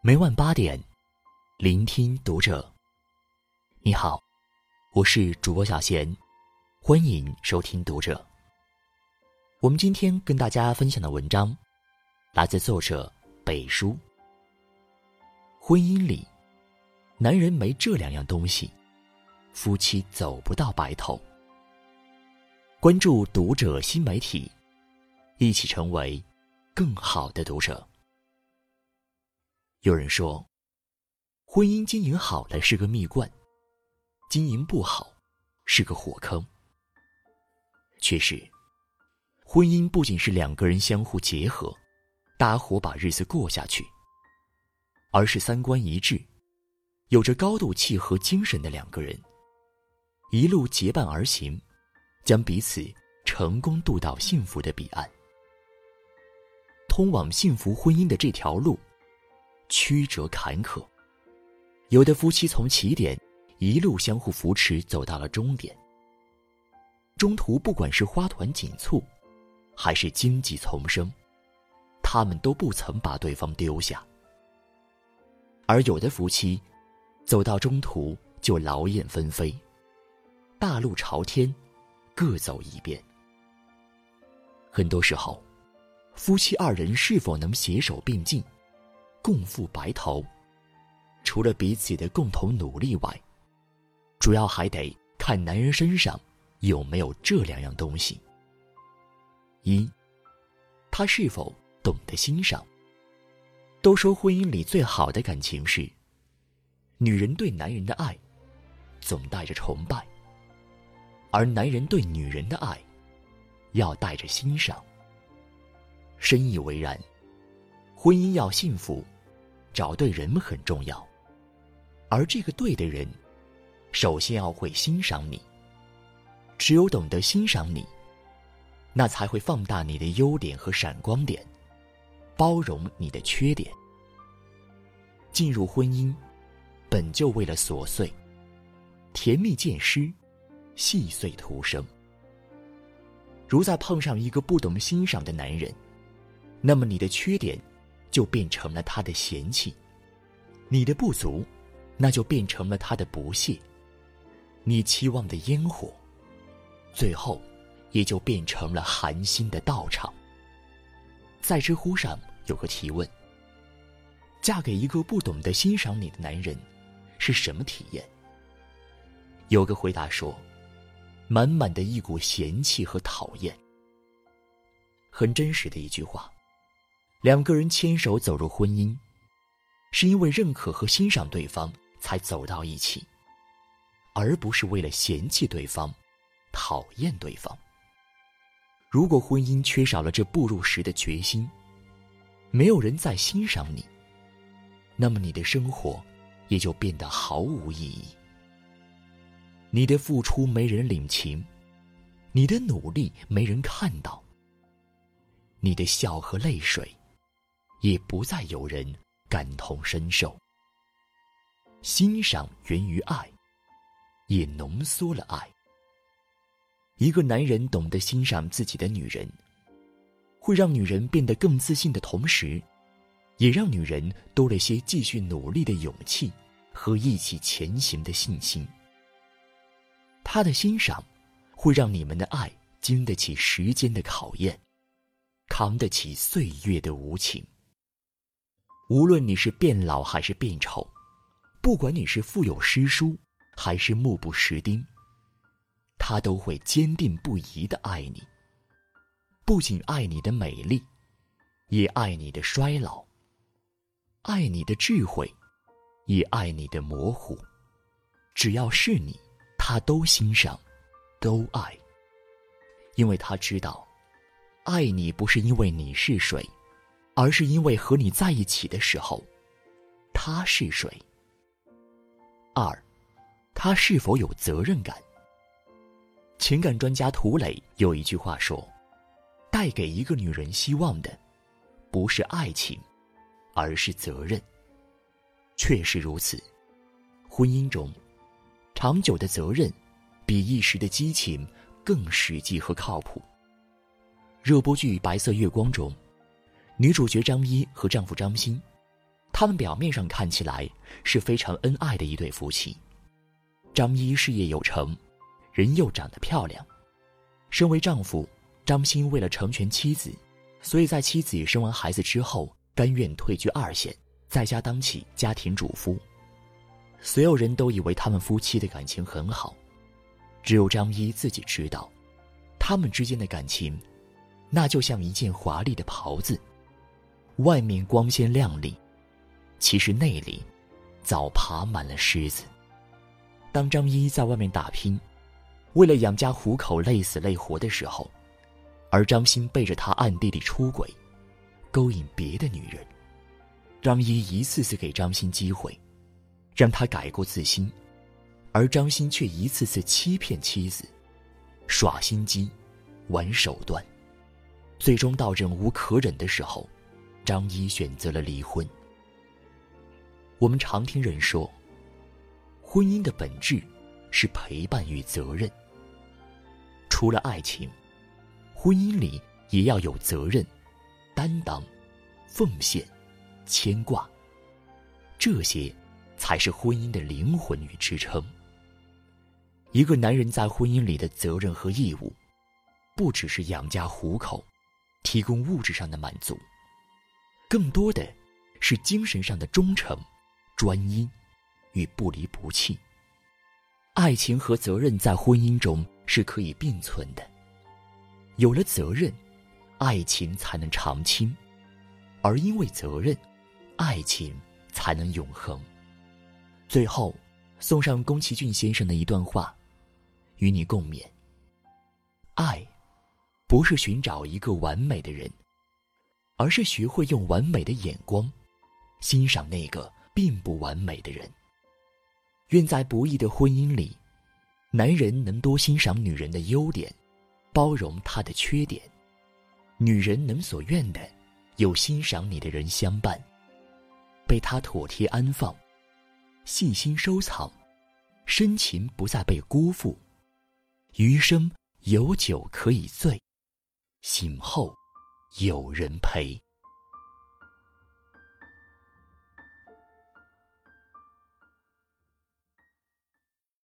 每晚8点，聆听读者。你好，我是主播小贤，欢迎收听读者。我们今天跟大家分享的文章来自作者北叔。婚姻里，男人没这2样东西，夫妻走不到白头。关注读者新媒体，一起成为更好的读者。有人说，婚姻经营好了是个蜜罐，经营不好是个火坑。确实，婚姻不仅是2个人相互结合，搭伙把日子过下去，而是3观一致，有着高度契合精神的2个人，一路结伴而行，将彼此成功渡到幸福的彼岸。通往幸福婚姻的这条路曲折坎坷，有的夫妻从起点一路相互扶持走到了终点，中途不管是花团锦簇还是荆棘丛生，他们都不曾把对方丢下。而有的夫妻走到中途就劳燕分飞，大路朝天，各走一边。很多时候，夫妻2人是否能携手并进，共赴白头，除了彼此的共同努力外，主要还得看男人身上有没有这2样东西。一，他是否懂得欣赏。都说婚姻里最好的感情是，女人对男人的爱总带着崇拜，而男人对女人的爱要带着欣赏。深以为然，婚姻要幸福，找对人很重要，而这个对的人首先要会欣赏你。只有懂得欣赏你，那才会放大你的优点和闪光点，包容你的缺点。进入婚姻本就为了琐碎，甜蜜渐失，细碎徒生。如再碰上一个不懂欣赏的男人，那么你的缺点就变成了他的嫌弃，你的不足那就变成了他的不屑，你期望的烟火最后也就变成了寒心的道场。在知乎上有个提问，嫁给一个不懂得欣赏你的男人是什么体验？有个回答说，满满的一股嫌弃和讨厌。很真实的一句话，2个人牵手走入婚姻，是因为认可和欣赏对方才走到一起，而不是为了嫌弃对方，讨厌对方。如果婚姻缺少了这步入时的决心，没有人再欣赏你，那么你的生活也就变得毫无意义。你的付出没人领情，你的努力没人看到，你的笑和泪水也不再有人感同身受。欣赏源于爱，也浓缩了爱。一个男人懂得欣赏自己的女人，会让女人变得更自信的同时，也让女人多了些继续努力的勇气和一起前行的信心。他的欣赏会让你们的爱经得起时间的考验，扛得起岁月的无情。无论你是变老还是变丑，不管你是腹有诗书还是目不识丁，他都会坚定不移地爱你。不仅爱你的美丽，也爱你的衰老，爱你的智慧，也爱你的模糊。只要是你，他都欣赏，都爱。因为他知道，爱你不是因为你是谁，而是因为和你在一起的时候，他是谁。2，他是否有责任感。情感专家涂磊有一句话说，带给一个女人希望的不是爱情，而是责任。确实如此，婚姻中长久的责任比一时的激情更实际和靠谱。热播剧《白色月光》中，女主角张一和丈夫张欣他们表面上看起来是非常恩爱的一对夫妻。张一事业有成，人又长得漂亮。身为丈夫，张欣为了成全妻子，所以在妻子生完孩子之后，甘愿退居二线，在家当起家庭主妇。所有人都以为他们夫妻的感情很好，只有张一自己知道，他们之间的感情，那就像一件华丽的袍子，外面光鲜亮丽，其实内里早爬满了虱子。当张一在外面打拼，为了养家糊口累死累活的时候，而张欣背着他暗地里出轨，勾引别的女人。张一一次次给张欣机会，让他改过自新，而张欣却一次次欺骗妻子，耍心机，玩手段。最终到忍无可忍的时候，张一选择了离婚。我们常听人说，婚姻的本质是陪伴与责任。除了爱情，婚姻里也要有责任、担当、奉献、牵挂，这些才是婚姻的灵魂与支撑。一个男人在婚姻里的责任和义务，不只是养家糊口，提供物质上的满足，更多的是精神上的忠诚、专一与不离不弃。爱情和责任在婚姻中是可以并存的，有了责任，爱情才能长青，而因为责任，爱情才能永恒。最后，送上宫崎骏先生的一段话，与你共勉：爱，不是寻找一个完美的人，而是学会用完美的眼光，欣赏那个并不完美的人。愿在不易的婚姻里，男人能多欣赏女人的优点，包容她的缺点；女人能所愿的，有欣赏你的人相伴，被他妥帖安放，细心收藏，深情不再被辜负。余生有酒可以醉，醒后有人陪。